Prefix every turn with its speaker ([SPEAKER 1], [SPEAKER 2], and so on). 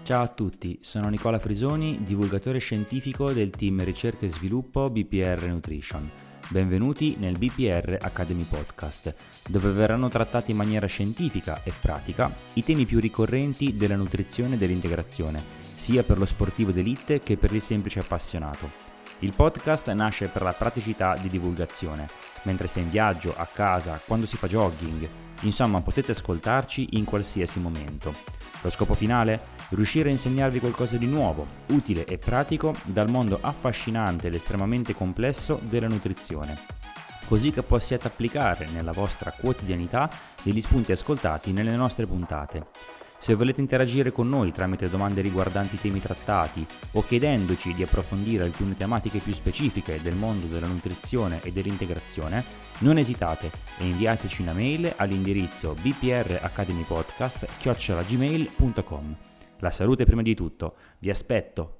[SPEAKER 1] Ciao a tutti, sono Nicola Frisoni, divulgatore scientifico del team Ricerca e Sviluppo BPR Nutrition. Benvenuti nel BPR Academy Podcast, dove verranno trattati in maniera scientifica e pratica i temi più ricorrenti della nutrizione e dell'integrazione, sia per lo sportivo d'élite che per il semplice appassionato. Il podcast nasce per la praticità di divulgazione, mentre sei in viaggio, a casa, quando si fa jogging, insomma potete ascoltarci in qualsiasi momento. Lo scopo finale? Riuscire a insegnarvi qualcosa di nuovo, utile e pratico dal mondo affascinante ed estremamente complesso della nutrizione, così che possiate applicare nella vostra quotidianità degli spunti ascoltati nelle nostre puntate. Se volete interagire con noi tramite domande riguardanti i temi trattati o chiedendoci di approfondire alcune tematiche più specifiche del mondo della nutrizione e dell'integrazione, non esitate e inviateci una mail all'indirizzo bpracademypodcast@gmail.com. La salute prima di tutto, vi aspetto!